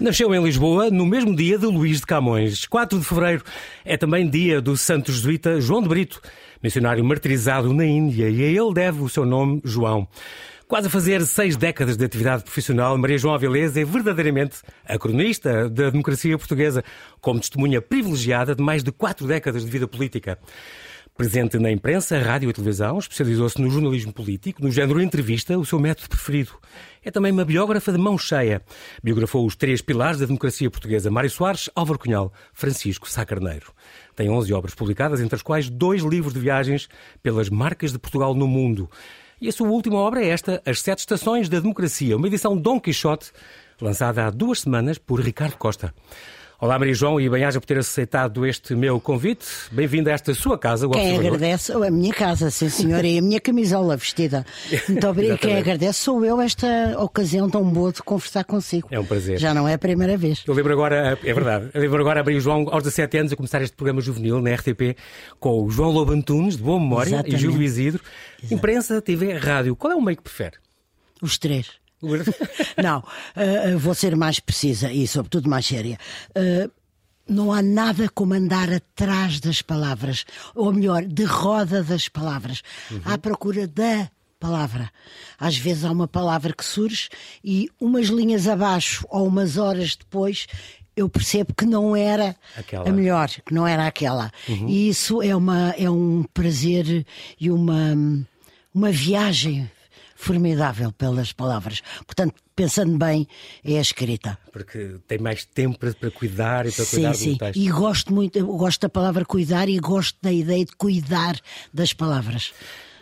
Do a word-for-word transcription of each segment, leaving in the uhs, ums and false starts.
Nasceu em Lisboa no mesmo dia de Luís de Camões. quatro de fevereiro é também dia do santo jesuíta João de Brito, missionário martirizado na Índia, e a ele deve o seu nome João. Quase a fazer seis décadas de atividade profissional, Maria João Avilés é verdadeiramente a cronista da democracia portuguesa, como testemunha privilegiada de mais de quatro décadas de vida política. Presente na imprensa, rádio e televisão, especializou-se no jornalismo político, no género entrevista, o seu método preferido. É também uma biógrafa de mão cheia. Biografou os três pilares da democracia portuguesa: Mário Soares, Álvaro Cunhal, Francisco Sá Carneiro. Tem onze obras publicadas, entre as quais dois livros de viagens pelas marcas de Portugal no mundo. E a sua última obra é esta, As Sete Estações da Democracia, uma edição Dom Quixote, lançada há duas semanas por Ricardo Costa. Olá, Maria João, e bem-aja por ter aceitado este meu convite. Bem-vinda a esta sua casa, o Quem Observador. agradece, a minha casa, sim senhora, e a minha camisola vestida. Muito obrigada. Quem agradece sou eu, esta ocasião tão boa de conversar consigo. É um prazer. Já não é a primeira vez. Eu lembro agora, é verdade, eu lembro agora a Maria João, aos dezassete anos, a começar este programa juvenil na R T P, com o João Lobo Antunes, de boa memória, Exatamente. e Júlio Isidro. Exato. Imprensa, T V, rádio. Qual é o meio que prefere? Os três. Não, uh, vou ser mais precisa e, sobretudo, mais séria. Uh, Não há nada como andar atrás das palavras, ou melhor, de roda das palavras, uhum. à procura da palavra. Às vezes há uma palavra que surge e umas linhas abaixo ou umas horas depois eu percebo que não era aquela. A melhor, que não era aquela. Uhum. E isso é, uma, é um prazer e uma, uma viagem formidável pelas palavras. Portanto, pensando bem, é a escrita. Porque tem mais tempo para, para cuidar e para sim, cuidar sim. do texto. E gosto muito, eu gosto da palavra cuidar e gosto da ideia de cuidar das palavras.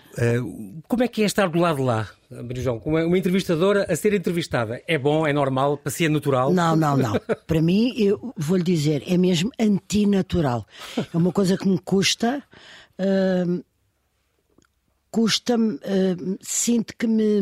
Uh, como é que é estar do lado de lá, Maria João? Como é uma entrevistadora a ser entrevistada? É bom, é normal, para si é natural? Não, não, não. Para mim, eu vou-lhe dizer, é mesmo antinatural. É uma coisa que me custa... Uh, Custa-me, uh, sinto que me,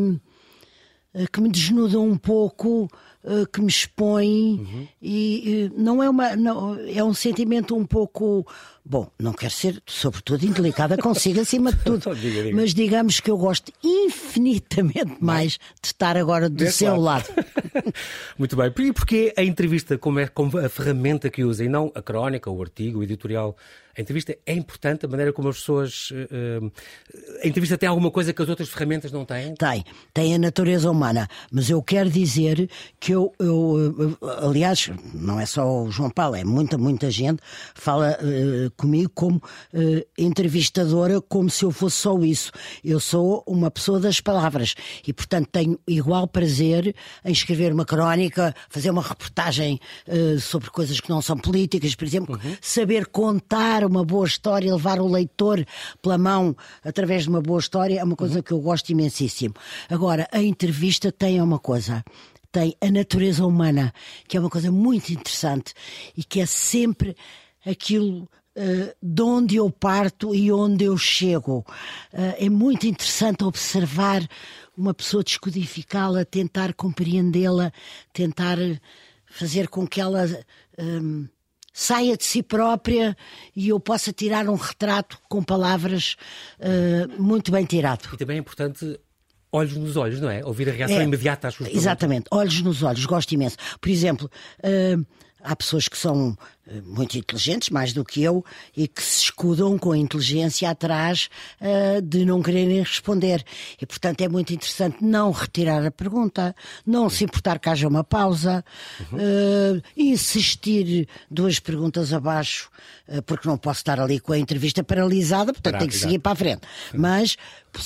uh, que me desnuda um pouco, uh, que me expõe, uhum. e uh, não é uma, não, é um sentimento um pouco, bom, não quero ser sobretudo indelicada consigo acima de tudo, diga, diga. Mas digamos que eu gosto infinitamente mais de estar agora do Desse seu lado. lado. Muito bem, e porquê a entrevista como, é, como a ferramenta que usa e não a crónica, o artigo, o editorial? A entrevista é importante, a maneira como as pessoas... Uh, a entrevista tem alguma coisa que as outras ferramentas não têm? Tem, tem a natureza humana. Mas eu quero dizer que eu, eu aliás, não é só o João Paulo, é muita, muita gente fala uh, comigo como uh, entrevistadora, como se eu fosse só isso. Eu sou uma pessoa das palavras e, portanto, tenho igual prazer em escrever uma crónica, fazer uma reportagem uh, sobre coisas que não são políticas, por exemplo, uhum. saber contar uma boa história, levar o leitor pela mão através de uma boa história é uma coisa uhum. que eu gosto imensíssimo. Agora, a entrevista tem uma coisa, tem a natureza humana, que é uma coisa muito interessante e que é sempre aquilo uh, de onde eu parto e onde eu chego. Uh, é muito interessante observar uma pessoa, descodificá-la, tentar compreendê-la, tentar fazer com que ela... Um, saia de si própria e eu possa tirar um retrato com palavras uh, muito bem tirado. E também é importante olhos nos olhos, não é? Ouvir a reação é, imediata às suas perguntas. Exatamente, olhos nos olhos, gosto imenso. Por exemplo, uh, há pessoas que são muito inteligentes, mais do que eu, e que se escudam com a inteligência atrás uh, de não quererem responder. E, portanto, é muito interessante não retirar a pergunta, não se importar que haja uma pausa, uhum. uh, insistir duas perguntas abaixo, uh, porque não posso estar ali com a entrevista paralisada, portanto Parado, tenho que exato. seguir para a frente. Uhum. Mas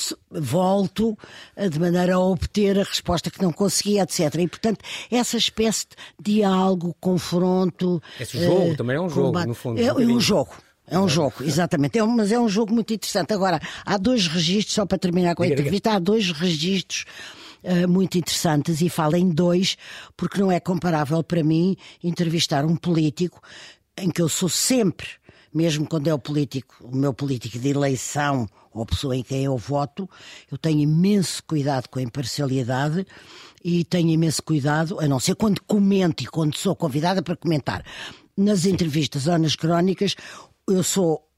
volto uh, de maneira a obter a resposta que não consegui, etcétera. E, portanto, essa espécie de diálogo, confronto... Esse jogo uh, também é um jogo, combate, no fundo. É, Um é um jogo. É um jogo, exatamente. É um, mas é um jogo muito interessante. Agora, há dois registros, só para terminar com a diga, entrevista, diga. há dois registros uh, muito interessantes, e falo em dois, porque não é comparável para mim entrevistar um político em que eu sou sempre, mesmo quando é o político, o meu político de eleição ou a pessoa em quem eu voto, eu tenho imenso cuidado com a imparcialidade e tenho imenso cuidado, a não ser quando comento e quando sou convidada para comentar. Nas entrevistas ou nas crónicas, eu sou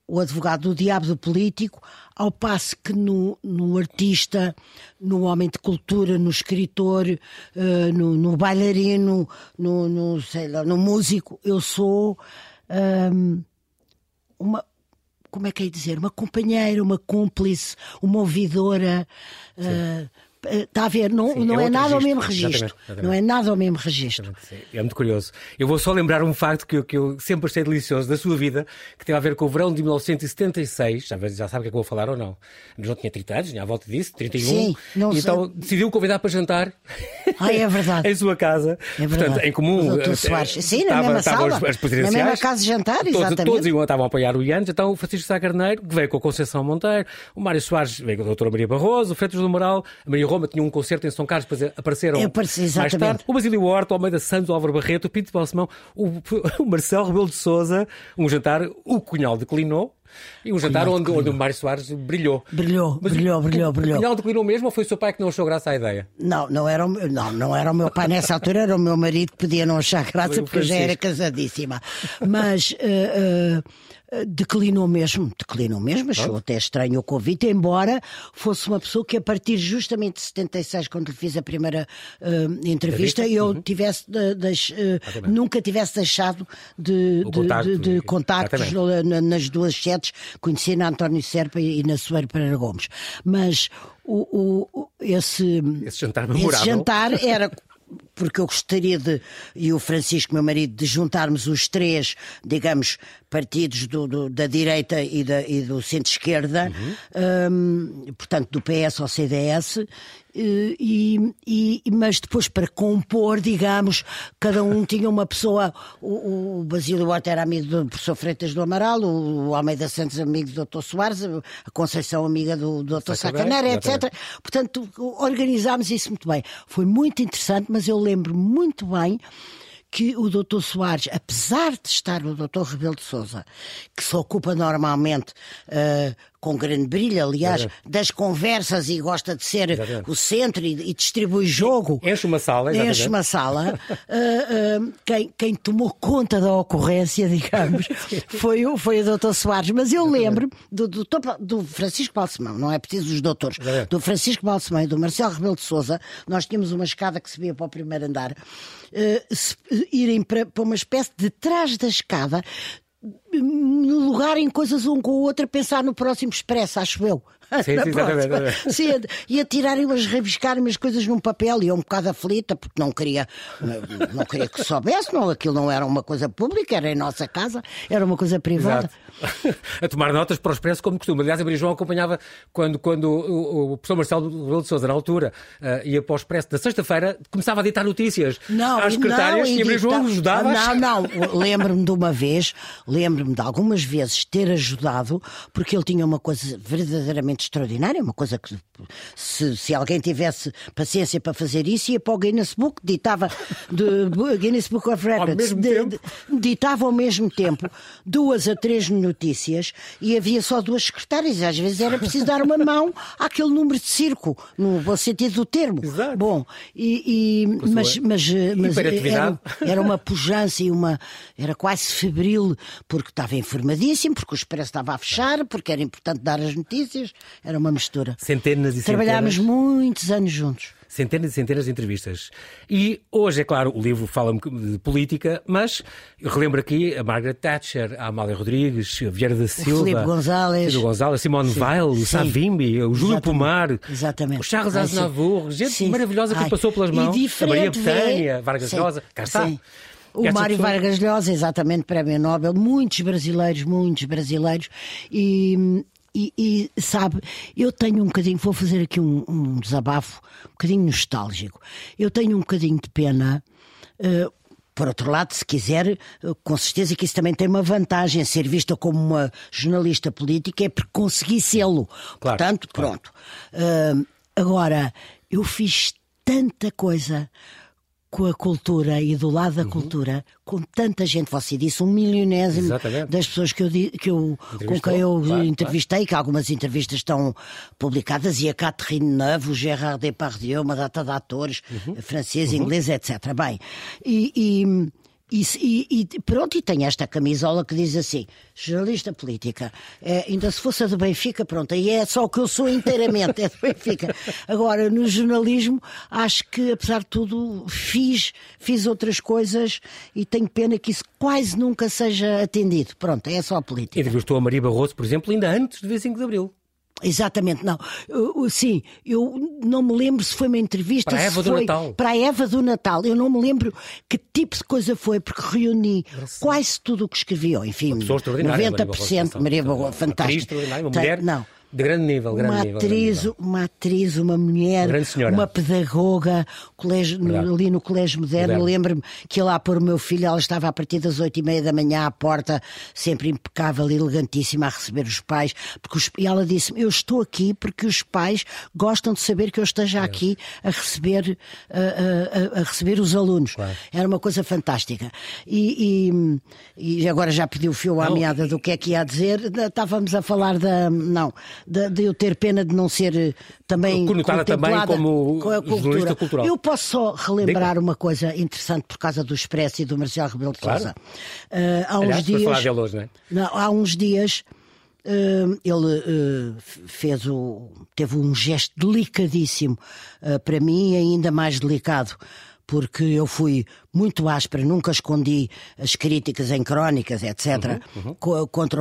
o advogado do diabo do político, ao passo que no, no artista, no homem de cultura, no escritor, uh, no, no bailarino, no, no, sei lá, no músico, eu sou um, uma, como é que é dizer, uma companheira, uma cúmplice, uma ouvidora. Uh, Está a ver, não, sim, não é, é nada registro. ao mesmo registro. Exatamente, exatamente. Não é nada ao mesmo registro. É muito curioso. Eu vou só lembrar um facto que eu, que eu sempre achei delicioso da sua vida, que tem a ver com o verão de mil novecentos e setenta e seis. Já, já sabe o que é que eu vou falar ou não? Mas não tinha trinta anos, tinha à volta disso, trinta e um. Sim, não e sei. então decidiu convidar para jantar. Ah, é verdade. em sua casa. É verdade. Portanto, em comum. O doutor Soares. Sim, estava, na mesma estavam sala. As, as presidenciais. Na mesma casa de jantar, todos, exatamente. Todos iam, estavam a apoiar o Ianes. Então o Francisco Sá Carneiro, que veio com a Conceição Monteiro, o Mário Soares veio com a doutora Maria Barroso, o Freitas do Moral, a Maria Roma tinha um concerto em São Carlos, depois apareceram apareci, mais tarde. O Basílio Horta, o Almeida Santos, o Álvaro Barreto, o Pinto de Balsemão, o, o Marcelo Rebelo de Sousa, um jantar, o Cunhal declinou. E um jantar onde, onde o Mário Soares brilhou. Brilhou, Mas brilhou, o, brilhou, o, brilhou. O Cunhal declinou mesmo ou foi o seu pai que não achou graça à ideia? Não, não era o meu, não, não era o meu pai nessa altura, era o meu marido que podia não achar graça porque eu já era casadíssima. Mas uh, uh, declinou mesmo, declinou mesmo, achou até estranho o convite, embora fosse uma pessoa que a partir justamente de setenta e seis, quando lhe fiz a primeira uh, entrevista, eu uhum. tivesse de, de, uh, nunca tivesse deixado de, de, contacto, de, de contactos no, nas duas sedes, conheci na António Serpa e na Soeiro Pereira Gomes. Mas o, o, esse, esse jantar memorável. Esse jantar era... porque eu gostaria de, e o Francisco, meu marido, de juntarmos os três, digamos, partidos do, do, da direita e, da, e do centro-esquerda, uhum. um, portanto, do P S ao C D S, e, e, mas depois para compor, digamos, cada um tinha uma pessoa, o, o Basílio Horta era amigo do professor Freitas do Amaral, o Almeida Santos amigo do doutor Soares, a Conceição amiga do doutor Sá Carneiro, etcétera. Portanto, organizámos isso muito bem. Foi muito interessante, mas eu lembro muito bem que o doutor Soares, apesar de estar o doutor Rebelo de Sousa, que se ocupa normalmente uh, com grande brilho, aliás, é. das conversas e gosta de ser Exatamente. o centro e, e distribui jogo. Enche uma sala. Exatamente. Enche uma sala. uh, uh, quem, quem tomou conta da ocorrência, digamos, foi o, foi o doutor Soares. Mas eu lembro do, do, do Francisco Balsemão, não é preciso os doutores, Exatamente. do Francisco Balsemão e do Marcelo Rebelo de Sousa. Nós tínhamos uma escada que subia para o primeiro andar. Uh, se, irem para, para uma espécie de trás da escada, no lugar em coisas um com o outro, a pensar no próximo expresso, acho eu. Sim, sim, exatamente. Sim, e a tirarem umas, rabiscarem umas coisas num papel, e eu um bocado aflita, porque não queria, não, não queria que soubesse, não, aquilo não era uma coisa pública, era em nossa casa, era uma coisa privada. Exato. A tomar notas para o expresso como costuma. Aliás, a Maria João acompanhava quando, quando o, o professor Marcelo Rebelo de Sousa, na altura, uh, ia para o expresso da sexta-feira, começava a ditar notícias não, às secretárias não, e a Maria João ajudava. Não, não, lembro-me de uma vez, lembro-me de algumas vezes ter ajudado, porque ele tinha uma coisa verdadeiramente extraordinária, uma coisa que se, se alguém tivesse paciência para fazer isso, ia para o Guinness Book, ditava de, Guinness Book of Records, ao mesmo de, tempo. De, ditava ao mesmo tempo duas a três notícias e havia só duas secretárias, às vezes era preciso dar uma mão àquele número de circo, no bom sentido do termo. Exato. Bom, e, e mas, mas, mas era, era uma pujança e uma, era quase febril, porque estava informadíssimo, porque o expresso estava a fechar, porque era importante dar as notícias, era uma mistura. Centenas e centenas. Trabalhámos muitos anos juntos. Centenas e centenas de entrevistas. E hoje, é claro, o livro fala de política, mas eu relembro aqui a Margaret Thatcher, a Amália Rodrigues, a Vieira da Silva, o Filipe González, Filipe González, Simone sim, Weil, o sim. Savimbi, o Júlio Pomar, Exatamente. o Charles Ai, Aznavour, gente sim. maravilhosa Ai, que passou pelas mãos, a Maria Betânia, Vargas sim, Llosa, cá está. Sim. O Mário pessoa... Vargas Llosa, exatamente, prémio Nobel, muitos brasileiros, muitos brasileiros, e... E, e, sabe, eu tenho um bocadinho, vou fazer aqui um, um desabafo, um bocadinho nostálgico. Eu tenho um bocadinho de pena, uh, por outro lado, se quiser, uh, com certeza que isso também tem uma vantagem, ser vista como uma jornalista política, é porque consegui sê-lo. Claro, Portanto, claro. pronto. Uh, agora, eu fiz tanta coisa com a cultura e do lado da uhum. cultura, com tanta gente, você disse, um milionésimo Exatamente. das pessoas que eu, que eu, com quem eu claro, entrevistei, claro. que algumas entrevistas estão publicadas, e a Catherine Neuve, o Gérard Depardieu, uma data de atores, uhum. francês, uhum. inglês, etcétera. Bem, e, e E, e, e pronto, e tem esta camisola que diz assim, jornalista política, é, ainda se fosse a do Benfica, pronto, aí é só o que eu sou inteiramente, é do Benfica. Agora, no jornalismo, acho que, apesar de tudo, fiz, fiz outras coisas e tenho pena que isso quase nunca seja atendido. Pronto, é só a política. Entrevistou a Maria Barroso, por exemplo, ainda antes do dia cinco de Abril. Exatamente, não. Eu, sim, eu não me lembro se foi uma entrevista. Para a Eva se do foi Natal. Para a Eva do Natal. Eu não me lembro que tipo de coisa foi, porque reuni Nossa. quase tudo o que escrevi. Enfim, extraordinária, noventa por cento. Maria Barroso, fantástica. Uma mulher não. de grande nível. Grande Uma nível, atriz, grande nível. uma atriz, uma mulher, uma pedagoga, colégio, ali no Colégio Moderno. Moderno. Lembro-me que ia lá pôr o meu filho, ela estava a partir das oito e meia da manhã à porta, sempre impecável e elegantíssima, a receber os pais. Porque os, e ela disse-me, eu estou aqui porque os pais gostam de saber que eu esteja é. aqui a receber, a, a, a receber os alunos. Claro. Era uma coisa fantástica. E, e, e agora já pediu o fio à meada do que é que ia dizer. Estávamos a falar da... Não... De, de eu ter pena de não ser também conotada também como com a cultura. Cultural. Eu posso só relembrar Diga. uma coisa interessante por causa do Expresso e do Marcial Rebelo de claro. Sousa. Uh, há uns Aliás, dias, falar dele hoje, não é? Não, há uns dias uh, ele uh, fez o, teve um gesto delicadíssimo uh, para mim, ainda mais delicado. Porque eu fui muito áspera, nunca escondi as críticas em crónicas, etcétera, uhum, uhum. contra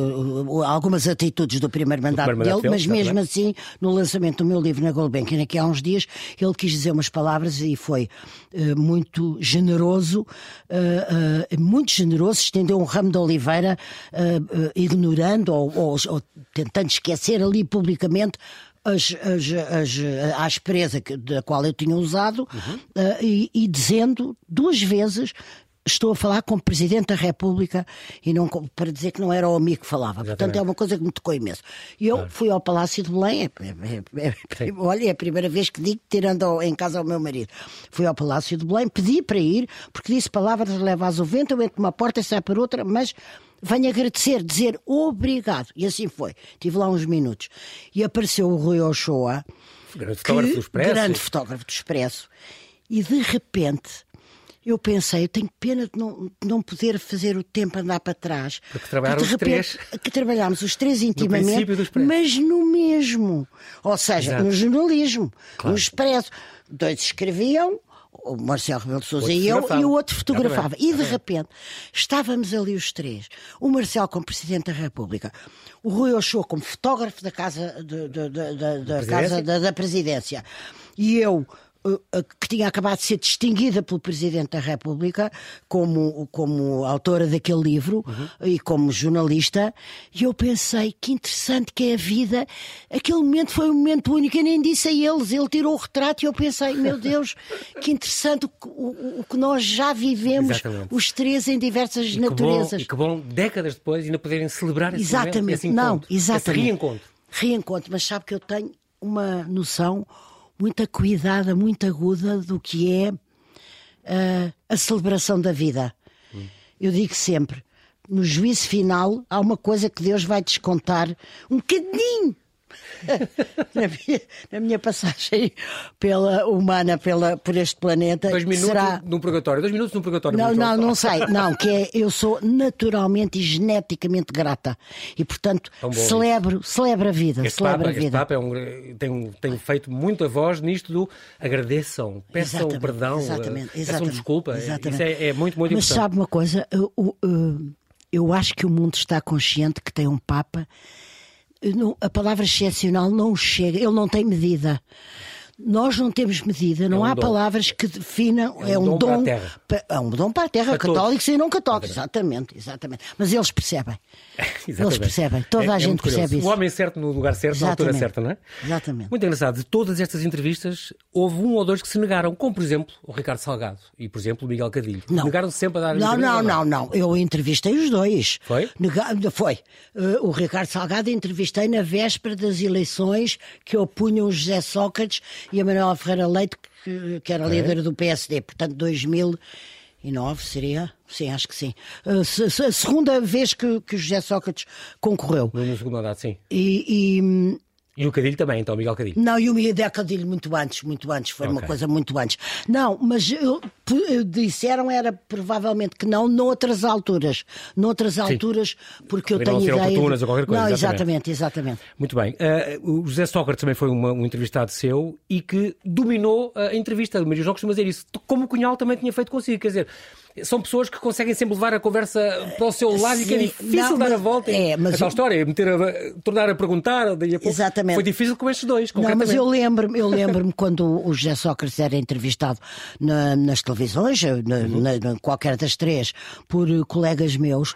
o, algumas atitudes do primeiro mandato, do primeiro dele, mandato dele, mas mesmo assim, no lançamento do meu livro na Gulbenkian, aqui há uns dias, ele quis dizer umas palavras e foi uh, muito generoso, uh, uh, muito generoso, estendeu um ramo de oliveira, uh, uh, ignorando ou, ou, ou tentando esquecer ali publicamente As, as, as, a aspereza da qual eu tinha usado, uhum. uh, e, e dizendo duas vezes estou a falar como Presidente da República e não para dizer que não era o amigo que falava. Exatamente. Portanto é uma coisa que me tocou imenso. E eu claro. fui ao Palácio de Belém, é, é, é, olha, é a primeira vez que digo, tirando em casa ao meu marido. Fui ao Palácio de Belém, pedi para ir, porque disse palavras levas ao vento, eu entro numa porta e saio para outra, mas venho agradecer, dizer obrigado. E assim foi. Estive lá uns minutos. E apareceu o Rui Ochoa, grande fotógrafo do Expresso. Grande fotógrafo do Expresso. E de repente eu pensei, eu tenho pena de não, de não poder fazer o tempo andar para trás. Porque trabalharam os três. Que trabalhámos os três intimamente, mas no mesmo. Ou seja, Exato. no jornalismo, claro. no Expresso. Dois escreviam, o Marcial Rebelo de Sousa e eu, e o outro fotografava. E de repente estávamos ali os três. O Marcial como Presidente da República, o Rui Ochoa como fotógrafo da Casa, de, de, de, de, da, casa da, da Presidência, e eu, que tinha acabado de ser distinguida pelo Presidente da República como, como autora daquele livro, uhum. e como jornalista, e eu pensei, que interessante que é a vida. Aquele momento foi um momento único, eu nem disse a eles, ele tirou o retrato e eu pensei, meu Deus, que interessante o, o, o que nós já vivemos, Exatamente. os três em diversas e naturezas. Que bom, e que bom, décadas depois, ainda poderem celebrar esse exatamente. momento, esse Não, encontro, exatamente. esse reencontro. Reencontro, mas sabe que eu tenho uma noção muito cuidada, muito aguda do que é uh, a celebração da vida. Hum. Eu digo sempre, no juízo final há uma coisa que Deus vai descontar um bocadinho. na, minha, na minha passagem pela humana, pela, por este planeta. Dois minutos será... num purgatório. Dois minutos num purgatório. Não, não, não sei. Não, que é, eu sou naturalmente e geneticamente grata. E, portanto, celebro, celebro a vida. Este celebro Papa, a vida. Este Papa é um, tem, tem feito muito a voz nisto do agradeçam, peçam exatamente, perdão, exatamente, peçam exatamente, desculpa. Exatamente. Isso é, é muito, muito Mas importante. Mas sabe uma coisa? Eu, eu, eu acho que o mundo está consciente que tem um Papa. A palavra excepcional não chega, ele não tem medida. Nós não temos medida, não é um há dom. palavras que definam. É um, é um dom, dom para a terra. É um dom para a terra, para católicos todos. E não católicos. Exatamente, exatamente. Mas eles percebem. Eles percebem. Toda é, a gente é percebe isso. O homem certo no lugar certo, exatamente. Na altura certa, não é? Exatamente. Muito engraçado. De todas estas entrevistas, houve um ou dois que se negaram, como por exemplo o Ricardo Salgado e por exemplo o Miguel Cadilho. Negaram-se sempre a dar não, não, não, não. Eu entrevistei os dois. Foi? Nega... Foi. Uh, o Ricardo Salgado entrevistei na véspera das eleições que opunham o José Sócrates e a Manuela Ferreira Leite, que, que era líder é. do P S D, portanto dois mil e nove seria? Sim, acho que sim. A segunda vez que, que o José Sócrates concorreu. No segundo mandato, sim. E, e E o Cadilho também, então, Miguel Cadilho? Não, e o Miguel Cadilho muito antes, muito antes, foi okay. uma coisa muito antes. Não, mas eu, disseram era provavelmente que não, noutras alturas. Noutras Sim. alturas, porque eu tenho ideia... oportunas de... ou qualquer coisa. Não, exatamente, exatamente. exatamente. Muito bem. Uh, o José Sócrates também foi uma, um entrevistado seu e que dominou a entrevista. O Maria João costuma dizer isso, como o Cunhal também tinha feito consigo, quer dizer... São pessoas que conseguem sempre levar a conversa para o seu lado. Sim, e que é difícil não, dar a volta. É, mas a tal eu... história, meter a, tornar a perguntar. Daí a pouco. Exatamente. Foi difícil com estes dois. Não, mas eu lembro-me eu lembro quando o José Sócrates era entrevistado na, nas televisões, na, uhum. na, na, qualquer das três, por colegas meus.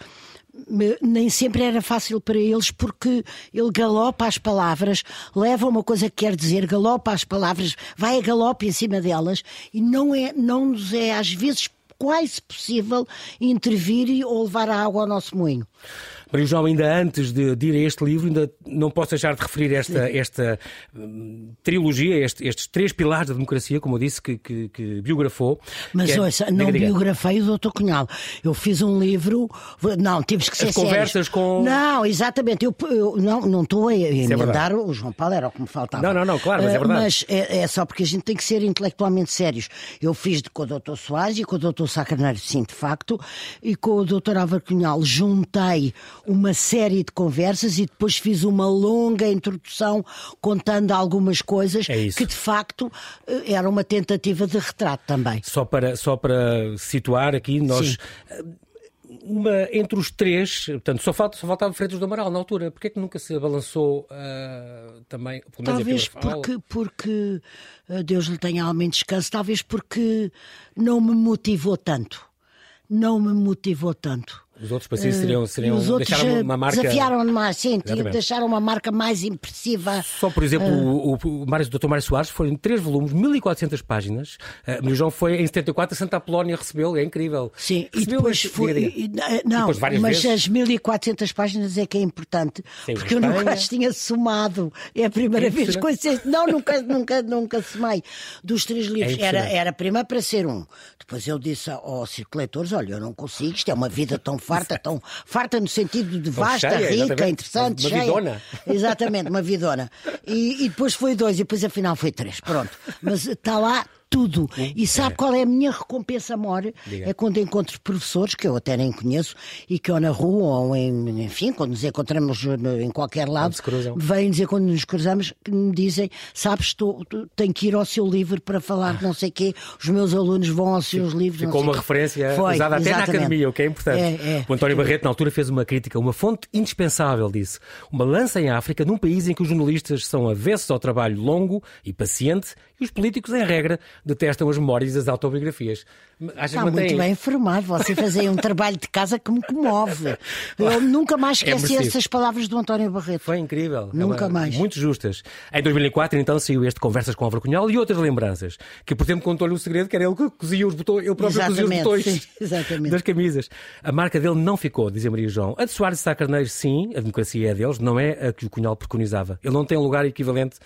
Nem sempre era fácil para eles porque ele galopa as palavras, leva uma coisa que quer dizer, galopa as palavras, vai a galope em cima delas e não, é, não nos é às vezes quase possível intervir ou levar a água ao nosso moinho. Maria João, ainda antes de, de ir a este livro, ainda não posso deixar de referir esta, esta um, trilogia, este, estes três pilares da democracia, como eu disse, que, que, que biografou. Mas que ouça, é... não diga, diga. biografei o doutor Cunhal. Eu fiz um livro, não, tivemos que ser As conversas sérios. com... Não, exatamente, eu, eu não, não estou a emendar, é o João Paulo era o que me faltava. Não, não, não, claro, mas é verdade. Uh, mas é, é só porque a gente tem que ser intelectualmente sérios. Eu fiz com o doutor Soares e com o doutor Sá Carneiro, sim, de facto, e com o doutor Álvaro Cunhal juntei uma série de conversas e depois fiz uma longa introdução contando algumas coisas é que de facto era uma tentativa de retrato também. Só para, só para situar aqui, nós... Sim. Uma, entre os três, portanto, só, falta, só faltava Freitas do Amaral na altura. Porquê é que nunca se abalançou uh, também? Talvez porque, porque Deus lhe tenha alma em descanso, talvez porque não me motivou tanto. Não me motivou tanto. Os outros pacientes seriam, seriam os outros deixaram uma marca... desafiaram-me mais, sim, deixaram uma marca mais impressiva. Só, por exemplo, uh... o, o, Mário, o doutor Mário Soares foram em três volumes, mil e quatrocentas páginas. Uh, Maria João foi em setenta e quatro a Santa Apolónia, recebeu, é incrível. Sim, recebeu, e depois foi... E, não, depois mas vezes... as mil e quatrocentas páginas é que é importante, sim, porque eu nunca as tinha somado. É a primeira é vez que conheci. Não, nunca, nunca, nunca somei. Dos três livros, é era, era primeiro para ser um. Depois eu disse aos circuladores, olha, eu não consigo, isto é uma vida tão farta, tão... farta no sentido de vasta, cheia, rica, exatamente. Interessante, uma cheia. Vidona. Exatamente, uma vidona. E, e depois foi dois, e depois afinal foi três. Pronto. Mas está lá tudo. E sabe é. qual é a minha recompensa maior? Diga. É quando encontro professores, que eu até nem conheço, e que ou na rua, ou em, enfim, quando nos encontramos em qualquer lado, vêm dizer, quando nos cruzamos, que me dizem, sabes, tu, tu, tenho que ir ao seu livro para falar de não sei o quê, os meus alunos vão aos seus Sim. livros. Ficou uma referência Foi, usada até exatamente. na academia, o que é importante. É, é. O António Barreto, na altura, fez uma crítica, uma fonte indispensável, disse. Uma lança em África, num país em que os jornalistas são avessos ao trabalho longo e paciente, e os políticos, em regra, detestam as memórias e as autobiografias. Achas Está muito bem informado. Você fazia um trabalho de casa que me comove. Eu nunca mais esqueci é essas palavras do António Barreto. Foi incrível. Nunca é uma, mais. Muito justas. Em dois mil e quatro, então, saiu este Conversas com Álvaro Cunhal e outras lembranças. Que, por exemplo, contou-lhe o segredo que era ele que cozia os botões, ele próprio cozia os botões sim, das camisas. A marca dele não ficou, dizia Maria João. A de Soares e Sá Carneiro, sim, a democracia é deles, não é a que o Cunhal preconizava. Ele não tem um lugar equivalente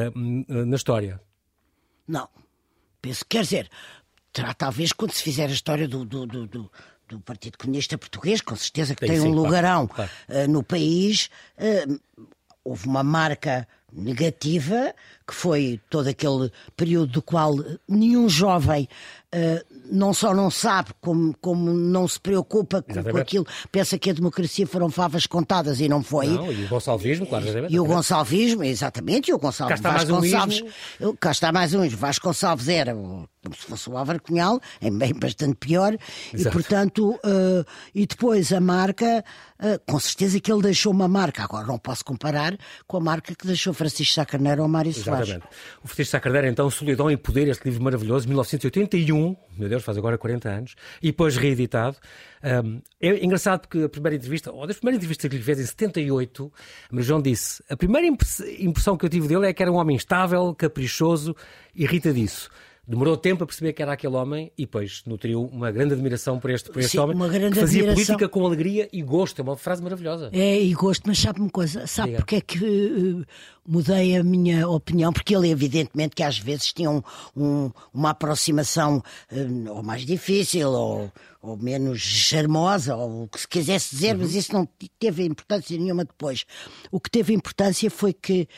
uh, na história. Não. Penso, quer dizer, terá talvez quando se fizer a história do, do, do, do, do Partido Comunista Português, com certeza que tem, tem sim, um lugarão claro, claro. Uh, no país. Uh, houve uma marca negativa, que foi todo aquele período do qual nenhum jovem uh, não só não sabe, como, como não se preocupa com, com aquilo, pensa que a democracia foram favas contadas e não foi. Não, e o gonçalvismo, claro. E, e o gonçalvismo, exatamente, e o Gonçalves Vasconcelos. Um cá está mais um. Vasconcelos era como se fosse o Álvaro Cunhal, é bem bastante pior. Exato. E portanto, uh, e depois a marca, uh, com certeza que ele deixou uma marca. Agora não posso comparar com a marca que deixou Francisco Sá Carneiro ou Mário Soares. Exatamente. O Francisco Sá Carneiro, então, Solidão e Poder, este livro maravilhoso, mil novecentos e oitenta e um, meu Deus, faz agora quarenta anos, e depois reeditado. Um, é engraçado porque a primeira entrevista, ou das primeiras entrevistas que lhe fez em setenta e oito, a Maria João disse, a primeira impressão que eu tive dele é que era um homem estável, caprichoso, irritadiço. Demorou tempo a perceber que era aquele homem e depois nutriu uma grande admiração por este, por este Sim, homem uma grande que fazia admiração. Política com alegria e gosto. É uma frase maravilhosa. É, e gosto, mas sabe uma coisa? Sabe porque é que uh, mudei a minha opinião? Porque ele evidentemente que às vezes tinha um, um, uma aproximação uh, ou mais difícil ou, ou menos charmosa, ou o que se quisesse dizer, uhum. mas isso não teve importância nenhuma depois. O que teve importância foi que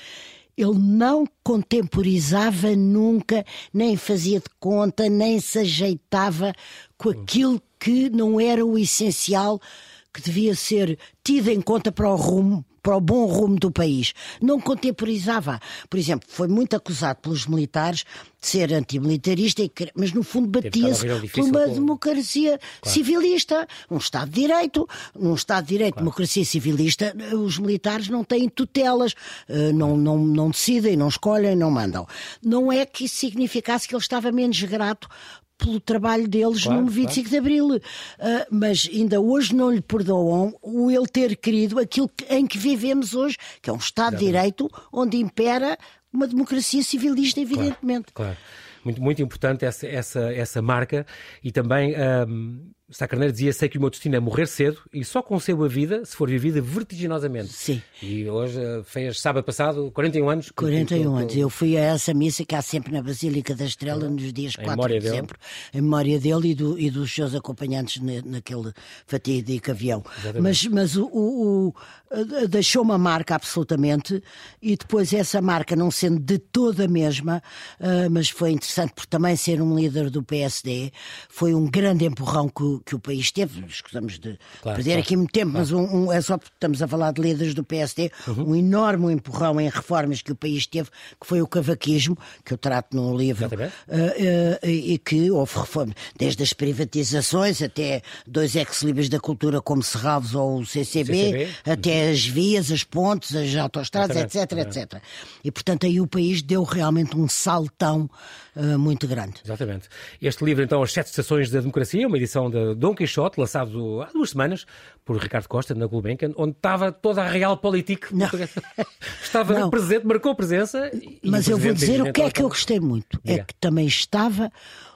ele não contemporizava nunca, nem fazia de conta, nem se ajeitava com aquilo que não era o essencial, que devia ser tido em conta para o rumo, para o bom rumo do país. Não contemporizava. Por exemplo, foi muito acusado pelos militares de ser antimilitarista, mas no fundo batia-se por uma com... democracia claro. civilista, um Estado de Direito. Num Estado de Direito, claro. democracia civilista, os militares não têm tutelas, não, não, não decidem, não escolhem, não mandam. Não é que isso significasse que ele estava menos grato pelo trabalho deles claro, no vinte e cinco claro. de Abril. Uh, mas ainda hoje não lhe perdoam o ele ter querido aquilo que, em que vivemos hoje, que é um Estado Exatamente. de Direito onde impera uma democracia civilista, evidentemente. Claro, claro. Muito, muito importante essa, essa, essa marca. E também um, Sá Carneiro dizia: sei que o meu destino é morrer cedo e só concebo a vida se for vivida vertiginosamente. Sim. E hoje fez sábado passado quarenta e um anos. quarenta e um anos. Eu fui a essa missa que há sempre na Basílica da Estrela, nos dias quatro de dezembro, em memória dele e, do, e dos seus acompanhantes naquele fatídico avião. Mas, mas o, o, o, deixou uma marca absolutamente, e depois essa marca, não sendo de toda a mesma, uh, mas foi interessante por também ser um líder do P S D, foi um grande empurrão que, que o país teve. Escusamos de claro, perder claro, aqui muito tempo, claro. mas um, um, é só porque estamos a falar de líderes do P S D, uhum. um enorme empurrão em reformas que o país teve, que foi o cavaquismo, que eu trato no livro, uh, uh, e que houve reformas, desde as privatizações até dois ex-libris da cultura como Serralves ou o C C B, C C B. até uhum. as vias, as pontes, as autoestradas, etc, etcétera. E portanto aí o país deu realmente um saltão uh, muito grande. Exatamente. Este livro, então, As Sete Estações da Democracia, uma edição de Dom Quixote, lançado há duas semanas por Ricardo Costa, na Gulbenkian, onde estava toda a Realpolitik estava Não. presente, marcou presença. E Mas eu vou dizer o que é que eu gostei muito. Diga. É que também estava...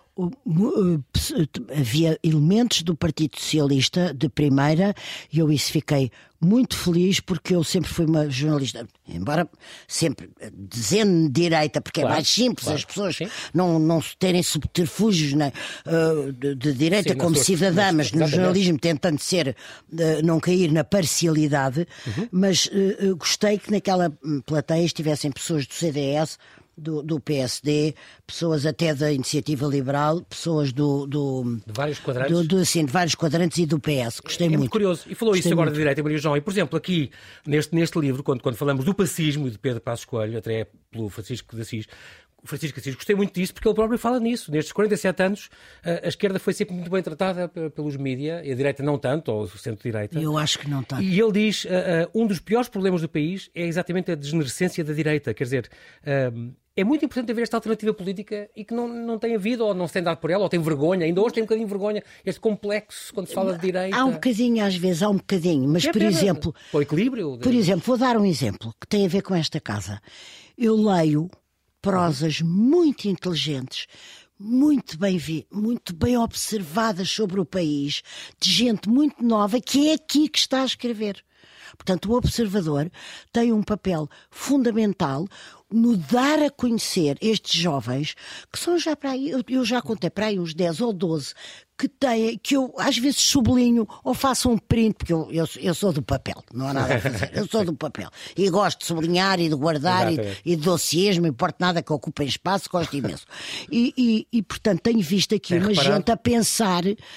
havia elementos do Partido Socialista de primeira, e eu isso fiquei muito feliz, porque eu sempre fui uma jornalista, embora sempre dizendo direita, porque claro, é mais simples claro, as pessoas sim. não, não terem subterfúgios né, uh, de, de direita sim, como cidadã, mas no jornalismo tentando ser, uh, não cair na parcialidade, uhum. mas uh, gostei que naquela plateia estivessem pessoas do C D S, Do, do P S D, pessoas até da Iniciativa Liberal, pessoas do... do de vários quadrantes? Do, do, sim, de vários quadrantes e do P S. Gostei é, muito. É muito curioso. E falou Gostei isso agora muito. de direita, Maria João. E, por exemplo, aqui, neste, neste livro, quando, quando falamos do fascismo e de Pedro Passos Coelho, até pelo Francisco de Assis, o Francisco Assis, gostei muito disso, porque ele próprio fala nisso. Nestes quarenta e sete anos, a, a esquerda foi sempre muito bem tratada pelos mídia, e a direita não tanto, ou o centro-direita. Eu acho que não tanto. E ele diz, uh, uh, um dos piores problemas do país é exatamente a degenerescência da direita. Quer dizer... Uh, É muito importante haver esta alternativa política e que não, não tem havido, ou não se tem dado por ela, ou tem vergonha. Ainda hoje tem um bocadinho de vergonha, este complexo quando se fala de direita. Há um bocadinho, às vezes, há um bocadinho. Mas, é por exemplo... O equilíbrio... De... Por exemplo, vou dar um exemplo que tem a ver com esta casa. Eu leio prosas muito inteligentes, muito bem, vi, muito bem observadas sobre o país, de gente muito nova, que é aqui que está a escrever. Portanto, o observador tem um papel fundamental no dar a conhecer estes jovens, que são já para aí, eu, eu já contei para aí uns dez ou doze, que têm, que eu às vezes sublinho ou faço um print, porque eu, eu, eu sou do papel, não há nada a fazer, eu sou do papel. E gosto de sublinhar e de guardar e, e de dossiês, não me importa nada que ocupem espaço, gosto imenso. E, e, e portanto, tenho visto aqui é uma reparado. gente a pensar uh,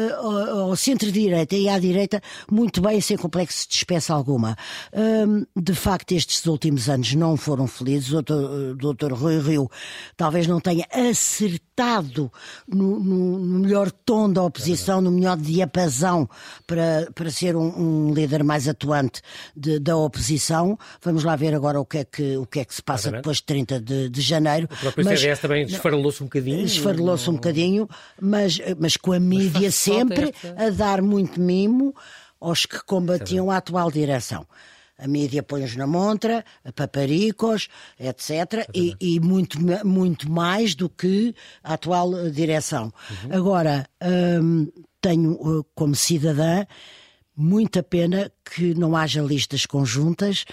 ao, ao centro-direita e à direita muito bem, sem complexo de espécie alguma. Um, de facto, estes últimos anos não foram felizes. O doutor Rui Rio talvez não tenha acertado no, no, no melhor tom da oposição, no melhor diapasão para, para ser um, um líder mais atuante de, da oposição. Vamos lá ver agora o que é que, o que, é que se passa depois de trinta de janeiro. O próprio mas, C D S também esfarelou-se um bocadinho. Esfarelou-se um bocadinho, mas, mas com a mídia sempre esta... a dar muito mimo aos que combatiam a atual direção. A mídia põe-os na montra, a paparicos, etcétera, e, e muito, muito mais do que a atual direção. Uhum. Agora, hum, tenho como cidadã muita pena que não haja listas conjuntas,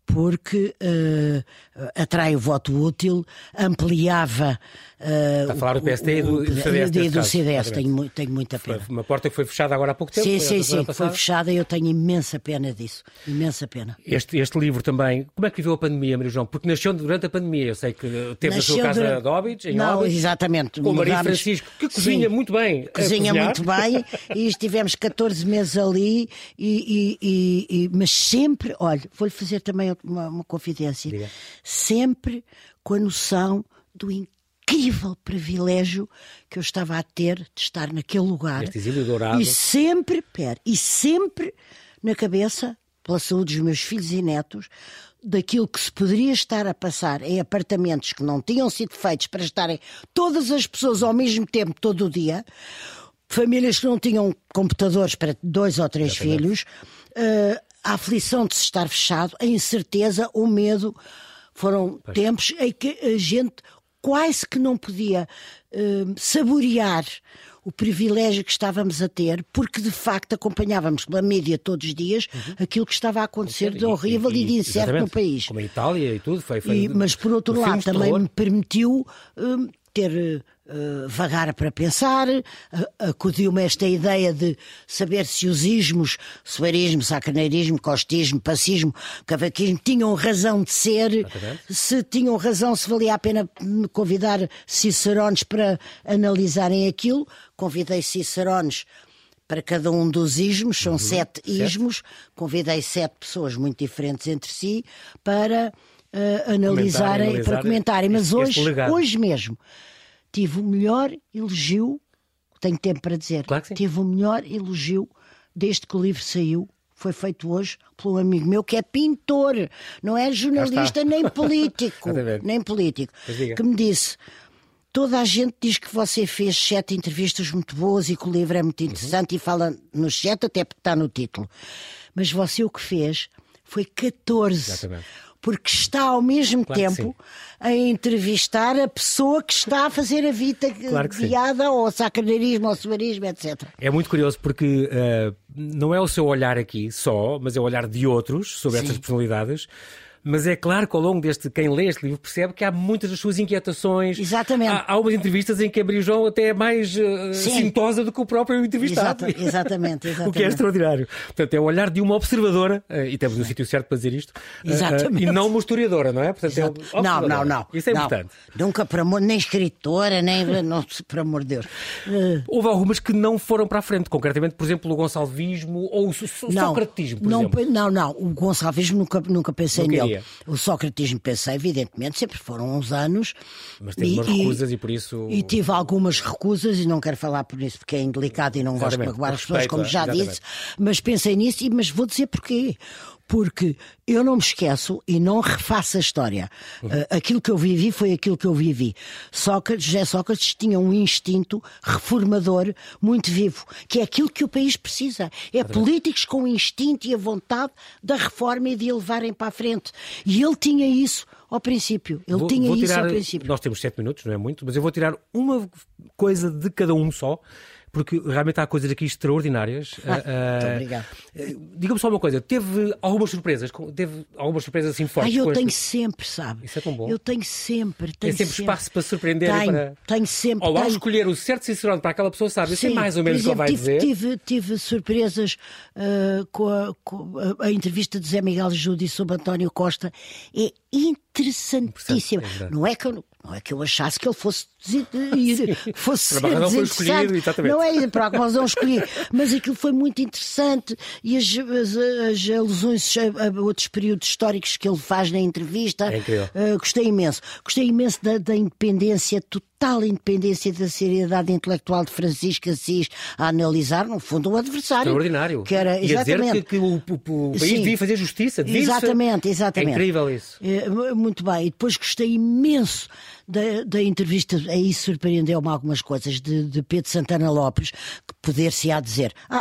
porque uh, atrai o voto útil, ampliava... Uh, Está a falar do P S D e do, do C D S. E do C D S, tenho, tenho muita pena. Foi uma porta que foi fechada agora há pouco tempo. Sim, sim, sim, foi fechada e eu tenho imensa pena disso, imensa pena. Este, este livro também, como é que viveu a pandemia, Maria João? Porque nasceu durante a pandemia, eu sei que teve nasceu na sua casa durante... de Óbidos, em Não, Óbidos, exatamente. com o Maria Francisco, que cozinha sim, muito bem. Cozinha muito bem e estivemos catorze meses ali, e, e, e, e, mas sempre, olha, vou-lhe fazer também uma, uma confidência, Diga. sempre com a noção do incrível privilégio que eu estava a ter de estar naquele lugar. Este exílio dourado. E sempre, pera, e sempre na cabeça, pela saúde dos meus filhos e netos, daquilo que se poderia estar a passar em apartamentos que não tinham sido feitos para estarem todas as pessoas ao mesmo tempo, todo o dia, famílias que não tinham computadores para dois ou três Exatamente. filhos, uh, a aflição de se estar fechado, a incerteza, o medo. Foram pois. tempos em que a gente quase que não podia uh, saborear o privilégio que estávamos a ter, porque de facto acompanhávamos pela mídia todos os dias uhum. aquilo que estava a acontecer de horrível e, e, e de incerto no país. Como a Itália e tudo. Foi, foi e, mas por outro lado também me permitiu uh, ter... Uh, vagar para pensar, uh, acudiu-me esta ideia de saber se os ismos, soarismo, sacaneirismo, costismo, passismo, cavaquismo, tinham razão de ser, Exatamente. se tinham razão, se valia a pena me convidar cicerones para analisarem aquilo. Convidei cicerones para cada um dos ismos, são uhum. sete ismos, certo. convidei sete pessoas muito diferentes entre si para uh, analisarem, analisar para comentarem, mas este, hoje, este hoje mesmo tive o melhor elogio, tenho tempo para dizer, claro tive o melhor elogio desde que o livro saiu, foi feito hoje por um amigo meu que é pintor, não é jornalista nem político, nem político, que me disse: toda a gente diz que você fez sete entrevistas muito boas e que o livro é muito interessante, uhum. e fala no sete até porque está no título, mas você o que fez foi catorze. Exatamente. Porque está ao mesmo claro tempo a entrevistar a pessoa que está a fazer a vida claro guiada ao sacaneirismo, ao soarismo, etcétera. É muito curioso porque uh, não é o seu olhar aqui só, mas é o olhar de outros sobre sim. estas personalidades. Mas é claro que ao longo deste, quem lê este livro percebe que há muitas das suas inquietações. Exatamente. Há, há umas entrevistas em que a Maria João até é mais uh, sintosa do que o próprio entrevistado. Exata, exatamente, exatamente. O que é extraordinário. Portanto, é o olhar de uma observadora, uh, e temos no sítio certo para dizer isto, uh, uh, e não uma historiadora, não é? Portanto, é não, não, não. Isso é não. importante. Nunca, por amor, nem escritora, nem... não, por amor de Deus. Uh... Houve algumas que não foram para a frente, concretamente, por exemplo, o gonçalvismo ou o, o não, socratismo, por não, exemplo. Não, não, o gonçalvismo nunca, nunca pensei não nele. O socratismo pensei, evidentemente, sempre foram uns anos. Mas teve umas recusas e, e por isso... E tive algumas recusas, e não quero falar por isso porque é indelicado e não gosto de magoar as pessoas, como já exatamente. disse, mas pensei nisso, e, mas vou dizer porquê. Porque eu não me esqueço e não refaço a história. Uhum. Uh, aquilo que eu vivi foi aquilo que eu vivi. Sócrates, José Sócrates tinha um instinto reformador muito vivo, que é aquilo que o país precisa. É políticos com o instinto e a vontade da reforma e de a levarem para a frente. E ele tinha isso ao princípio. Ele vou, tinha vou tirar, isso ao princípio. Nós temos sete minutos, não é muito, mas eu vou tirar uma coisa de cada um só, porque realmente há coisas aqui extraordinárias. Ah, uh, muito obrigado. Uh, Diga-me só uma coisa, teve algumas surpresas? Teve algumas surpresas assim fortes? Ah, eu tenho sempre, sabe? Isso é tão bom. Eu tenho sempre. Tenho Tem sempre, sempre espaço para surpreender. Tenho, para... tenho sempre. Ou ao tenho... escolher o certo cicerone para aquela pessoa, sabe? Eu sei mais ou menos o que ele vai tive, dizer. Tive, tive surpresas uh, com, a, com a, a entrevista de Zé Miguel Júdice sobre António Costa. É interessantíssima. Não é que eu... Não é que eu achasse que ele fosse ir, fosse ser desinteressante. Não é para a razão escolhi, mas aquilo foi muito interessante e as, as, as alusões a outros períodos históricos que ele faz na entrevista. É incrível. Uh, gostei imenso. Gostei imenso da, da independência, total independência da seriedade intelectual de Francisco Assis a analisar, no fundo, um adversário. Extraordinário. Que era, e a dizer que, que o, o, o país Sim. devia fazer justiça. Exatamente, exatamente. É incrível isso. É, muito bem. E depois gostei imenso Da, da entrevista, aí surpreendeu-me algumas coisas de, de Pedro Santana Lopes, que poder-se-á dizer, ah,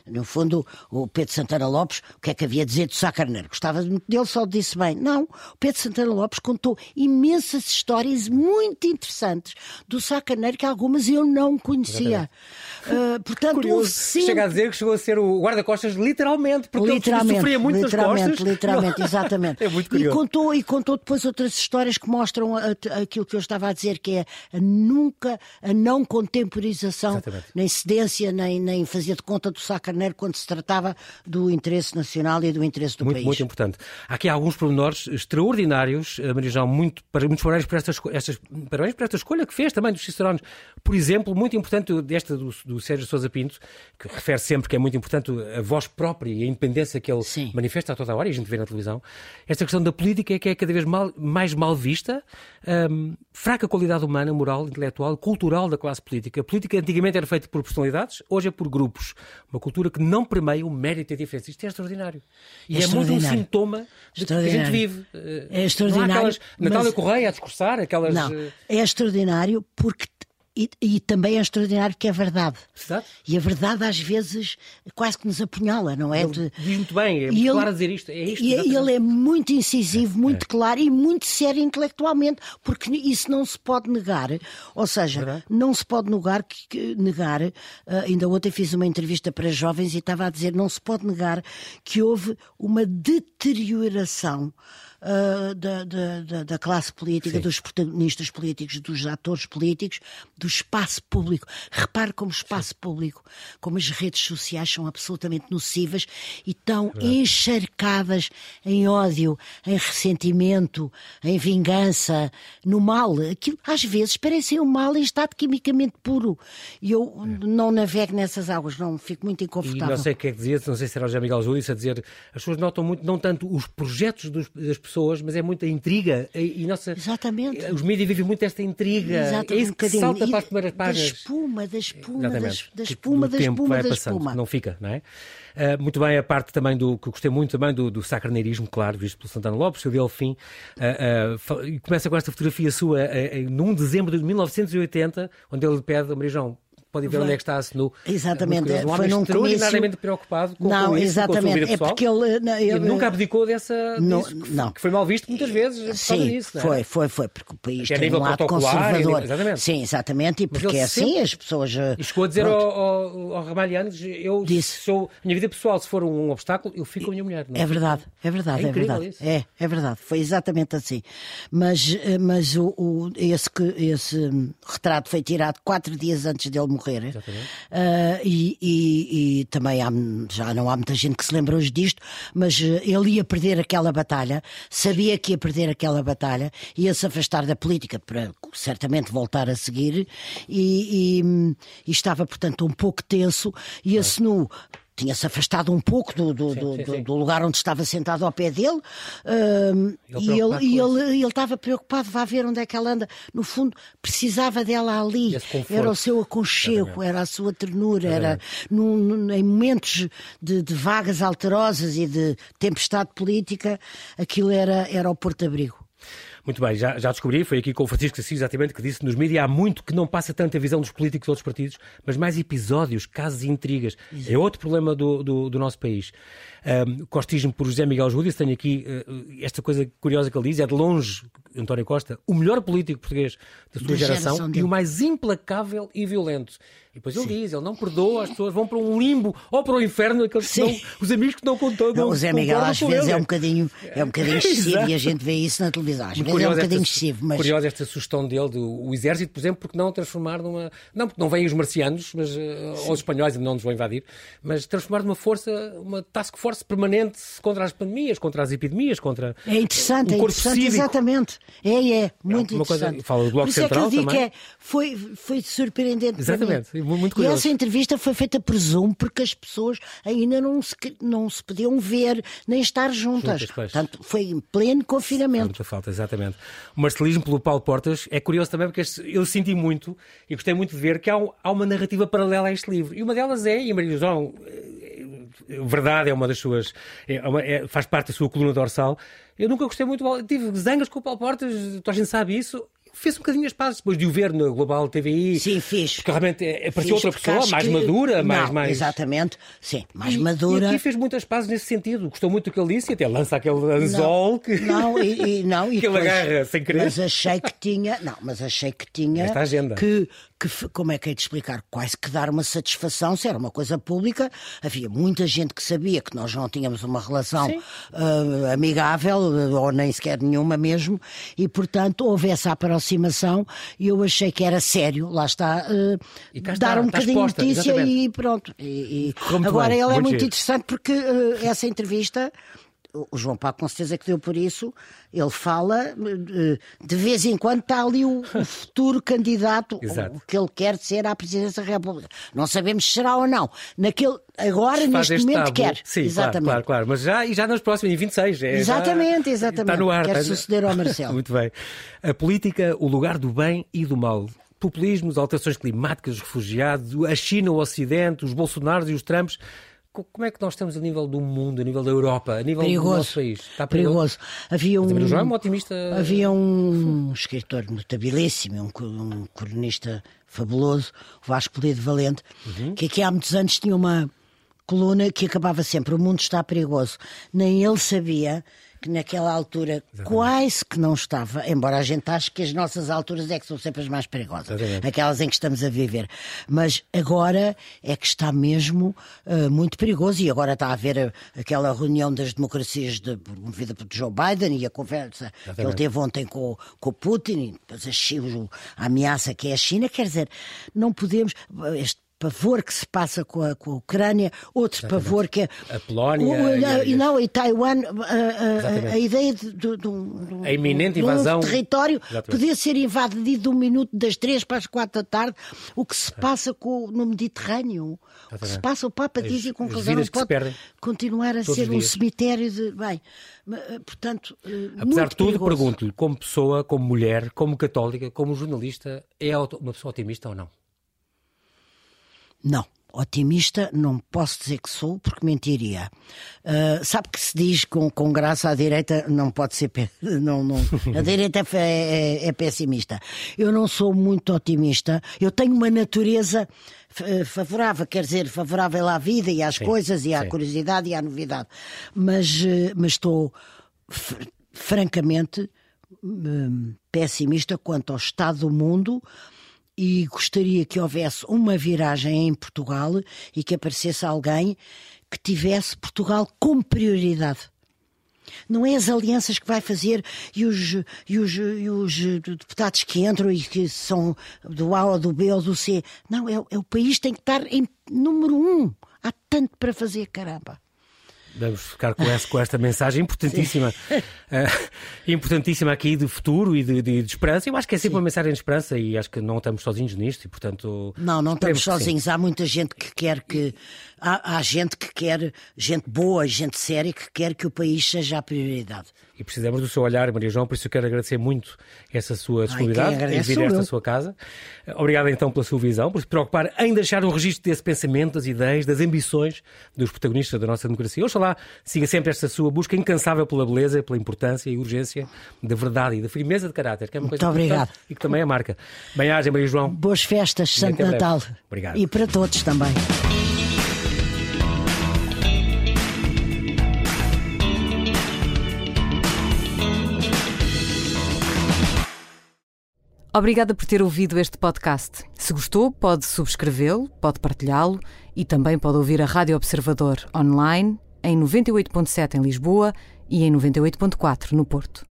No fundo, o Pedro Santana Lopes, o que é que havia a dizer do Sá Carneiro? Gostava muito dele, só disse bem. Não, o Pedro Santana Lopes contou imensas histórias muito interessantes do Sá Carneiro, que algumas eu não conhecia. Uh, portanto, curioso. sempre... Chega a dizer que chegou a ser o guarda-costas literalmente, porque literalmente, ele sofria muito literalmente, nas costas. Literalmente, exatamente. É muito e, curioso. contou, e contou depois outras histórias que mostram a, a, aquilo que eu estava a dizer, que é a nunca, a não contemporização, Exatamente. nem cedência, nem, nem fazia de conta do Sá Carneiro quando se tratava do interesse nacional e do interesse do muito, país. Muito importante. Há aqui alguns pormenores extraordinários, Maria João, muito, muitos parabéns por esta, estas, parabéns por esta escolha que fez também dos Cicerones. Por exemplo, muito importante desta do, do Sérgio Sousa Pinto, que refere sempre que é muito importante a voz própria e a independência que ele Sim. manifesta a toda a hora, e a gente vê na televisão. Esta questão da política é que é cada vez mal, mais mal vista, hum, fraca qualidade humana, moral, intelectual, cultural da classe política. A política antigamente era feita por personalidades, hoje é por grupos. Uma cultura que não permeia o mérito e a diferença. Isto é extraordinário. E é, é muito um sintoma de que a gente vive. É extraordinário. Não há aquelas mas... Natália Correia a discursar, aquelas... Não, é extraordinário porque... E, e também é extraordinário que é verdade. Exato. E a verdade às vezes quase que nos apunhala, não é? Ele diz muito bem, é muito ele, claro a dizer isto. É isto e exatamente. Ele é muito incisivo, é, muito é. claro e muito sério intelectualmente, porque isso não se pode negar. Ou seja, Verdade? não se pode negar, que, que, negar uh, ainda ontem fiz uma entrevista para jovens e estava a dizer, não se pode negar que houve uma deterioração Uh, da, da, da classe política, Sim. dos protagonistas políticos, dos atores políticos, do espaço público. Repare como espaço Sim. público, como as redes sociais são absolutamente nocivas e estão é encharcadas em ódio, em ressentimento, em vingança, no mal. Aquilo, às vezes, parece um mal em estado quimicamente puro. E eu é. não navego nessas águas, não, fico muito inconfortável. E não sei o que é que dizia, não sei se era o José Miguel Júlio a dizer, as pessoas notam muito, não tanto os projetos dos, das pessoas, pessoas, mas é muita intriga e, e nossa, Exatamente. Os mídias vivem muito esta intriga. Exatamente. É isso que um salta para as primeiras páginas. Da espuma, da espuma, da, da que, espuma, da espuma, vai da passando, espuma. Não fica, não é? Uh, muito bem, a parte também do que eu gostei muito também do, do sacraneirismo, claro, visto pelo Santana Lopes, o Delfim, uh, uh, e começa com esta fotografia sua uh, uh, num dezembro de mil novecentos e oitenta, onde ele pede a Maria João. Pode ver onde é que está a Senu. Exatamente. Um foi num extraordinariamente comício... preocupado com, não, com isso, exatamente. com a sua vida pessoal. É porque ele, não, ele... E nunca abdicou dessa, não, disso, que, não. que foi mal visto muitas vezes por Sim, causa disso. Não é? foi, foi, foi, porque o país é tem um lado conservador. Exatamente. Sim, exatamente, e porque é assim sempre... as pessoas... E chegou a dizer ao, ao, ao Ramalhianos, eu Disse. sou, a minha vida pessoal, se for um obstáculo, eu fico com a minha mulher. Não é verdade, é verdade, é, é verdade. Isso. É, é verdade, foi exatamente assim. Mas, mas o, o, esse, esse retrato foi tirado quatro dias antes dele morrer. Exatamente. Uh, e, e, e também há, já não há muita gente que se lembra hoje disto, mas ele ia perder aquela batalha, sabia que ia perder aquela batalha, ia se afastar da política para certamente voltar a seguir e, e, e estava, portanto, um pouco tenso e a Senu tinha-se afastado um pouco do, do, sim, do, sim, do, sim. do lugar onde estava sentado ao pé dele uh, e ele, e ele, ele estava preocupado, vá ver onde é que ela anda. No fundo, precisava dela ali. Era o seu aconchego, Exatamente. Era a sua ternura, era num, num, em momentos de, de vagas alterosas e de tempestade política, aquilo era, era o porto-abrigo. Muito bem, já, já descobri, foi aqui com o Francisco Assis exatamente que disse que nos mídias há muito que não passa tanto a visão dos políticos e outros partidos, mas mais episódios, casos e intrigas. Exato. É outro problema do, do, do nosso país. Um, Costismo por José Miguel Júdice, tenho aqui uh, esta coisa curiosa que ele diz, é de longe, António Costa, o melhor político português da sua da geração, geração e o mais implacável e violento. E depois ele Sim. diz, ele não perdoa, as pessoas vão para um limbo ou para o inferno, aqueles que não, os amigos que não contam. Não, o Zé Miguel às vezes é um bocadinho, é um bocadinho excessivo e a gente vê isso na televisão. Às vezes é um bocadinho esta, excessivo. Mas... Curiosa esta sugestão dele do o exército, por exemplo, porque não transformar numa... Não, porque não vêm os marcianos, mas, ou os espanhóis não nos vão invadir, mas transformar numa força, uma task force permanente contra as pandemias, contra as epidemias, contra É interessante, um é corpo interessante, cívico. Exatamente. É, é, muito é uma interessante. Coisa, fala do Bloco Por isso Central é que eu digo também. que é, foi, foi surpreendente Exatamente, para mim. muito E curioso. essa entrevista foi feita, presumo, porque as pessoas ainda não se, não se podiam ver, nem estar juntas. juntas Portanto, foi em pleno confinamento. Muita falta, exatamente. O marcelismo pelo Paulo Portas é curioso também, porque este, eu senti muito, e gostei muito de ver, que há, um, há uma narrativa paralela a este livro. E uma delas é, e a Maria João, verdade, é uma das suas... É uma, é, faz parte da sua coluna dorsal. Eu nunca gostei muito... Tive zangas com o Paulo Portas, toda a gente sabe isso. fez um bocadinho as pazes depois de o ver na Global T V I. Sim, fiz. Porque realmente apareceu Fiz, outra pessoa, mais que... madura, mais, não, mais... Exatamente, sim, mais e, madura. E aqui fez muitas pazes nesse sentido. Gostou muito do que ele disse e até lança aquele anzol não, que... Não, e, e, não, e que ele depois, agarra sem querer. Mas achei que tinha... Não, mas achei que tinha... Esta agenda. Que, que, como é que é de explicar? Quase que dar uma satisfação, se era uma coisa pública. Havia muita gente que sabia que nós não tínhamos uma relação uh, amigável, ou nem sequer nenhuma mesmo, e portanto houve essa aproximação e eu achei que era sério, lá está, uh, e cá dar está, um está bocadinho de exposta, notícia exatamente. E pronto. E, e... bem, Agora ele é muito muito giro. interessante porque uh, essa entrevista... O João Paulo com certeza que deu por isso. Ele fala, de vez em quando está ali o, o futuro candidato, o que ele quer ser à presidência da República. Não sabemos se será ou não. Naquele, agora, neste momento, tábulo. quer. Sim, exatamente. Claro, claro, claro. Mas já, e já nas próximas, em vinte e seis. É, exatamente, já, exatamente. Está no ar. Quer está... suceder ao Marcelo. Muito bem. A política, o lugar do bem e do mal. Populismos, alterações climáticas, os refugiados, a China, o Ocidente, os Bolsonaros e os Trumps. Como é que nós estamos a nível do mundo, a nível da Europa, a nível perigoso, do nosso país? Está perigoso. perigoso. Havia um, João é um otimista. Havia um escritor notabilíssimo, um, um cronista fabuloso, o Vasco Polido Valente, uhum. que aqui há muitos anos tinha uma coluna que acabava sempre: o mundo está perigoso. Nem ele sabia que naquela altura exatamente. Quase que não estava, embora a gente ache que as nossas alturas é que são sempre as mais perigosas, exatamente. Aquelas em que estamos a viver. Mas agora é que está mesmo uh, muito perigoso, e agora está a haver a, aquela reunião das democracias de, promovida por Joe Biden e a conversa exatamente. Que ele teve ontem com, com o Putin, e depois a, China, a ameaça que é a China. Quer dizer, não podemos... Este pavor que se passa com a, com a Ucrânia, outro exatamente. Pavor que é... A Polónia... O, e, e, não, e Taiwan, a, a, a ideia de, de, de, um, a iminente de invasão... um território poder ser invadido de um minuto das três para as quatro da tarde. O que se passa com, no Mediterrâneo. Exatamente. O que se passa, o Papa diz e conclusão não pode continuar a ser um cemitério de... Bem, portanto, apesar de tudo, perigoso. Pergunto-lhe, como pessoa, como mulher, como católica, como jornalista, é uma pessoa otimista ou não? Não, otimista não posso dizer que sou, porque mentiria. Uh, sabe que se diz com, com graça: a direita não pode ser... Pe... Não, não. A direita é, é, é pessimista. Eu não sou muito otimista. Eu tenho uma natureza favorável, quer dizer, favorável à vida e às sim, coisas e à sim. curiosidade e à novidade. Mas, mas estou francamente pessimista quanto ao estado do mundo. E gostaria que houvesse uma viragem em Portugal e que aparecesse alguém que tivesse Portugal como prioridade. Não é as alianças que vai fazer e os, e os, e os deputados que entram e que são do A ou do B ou do C. Não, é, é o país que tem que estar em número um. Há tanto para fazer, caramba. Vamos ficar com, essa, com esta mensagem importantíssima, uh, importantíssima aqui de futuro e de, de, de esperança. Eu acho que é sempre sim. uma mensagem de esperança e acho que não estamos sozinhos nisto e, portanto... Não, não estamos sozinhos. Há muita gente que quer que... Há, há gente que quer, gente boa, gente séria, que quer que o país seja a prioridade. E precisamos do seu olhar, Maria João, por isso eu quero agradecer muito essa sua disponibilidade em vir a esta eu. sua casa. Obrigado então pela sua visão, por se preocupar em deixar um registro desse pensamento, das ideias, das ambições dos protagonistas da nossa democracia. Oxalá siga sempre esta sua busca incansável pela beleza, pela importância e urgência da verdade e da firmeza de caráter, que é uma coisa muito obrigado. E que também é marca. Bem-aja, Maria João. Boas festas, Santo Natal. Obrigado. E para todos também. Obrigada por ter ouvido este podcast. Se gostou, pode subscrevê-lo, pode partilhá-lo e também pode ouvir a Rádio Observador online em noventa e oito ponto sete em Lisboa e em noventa e oito ponto quatro no Porto.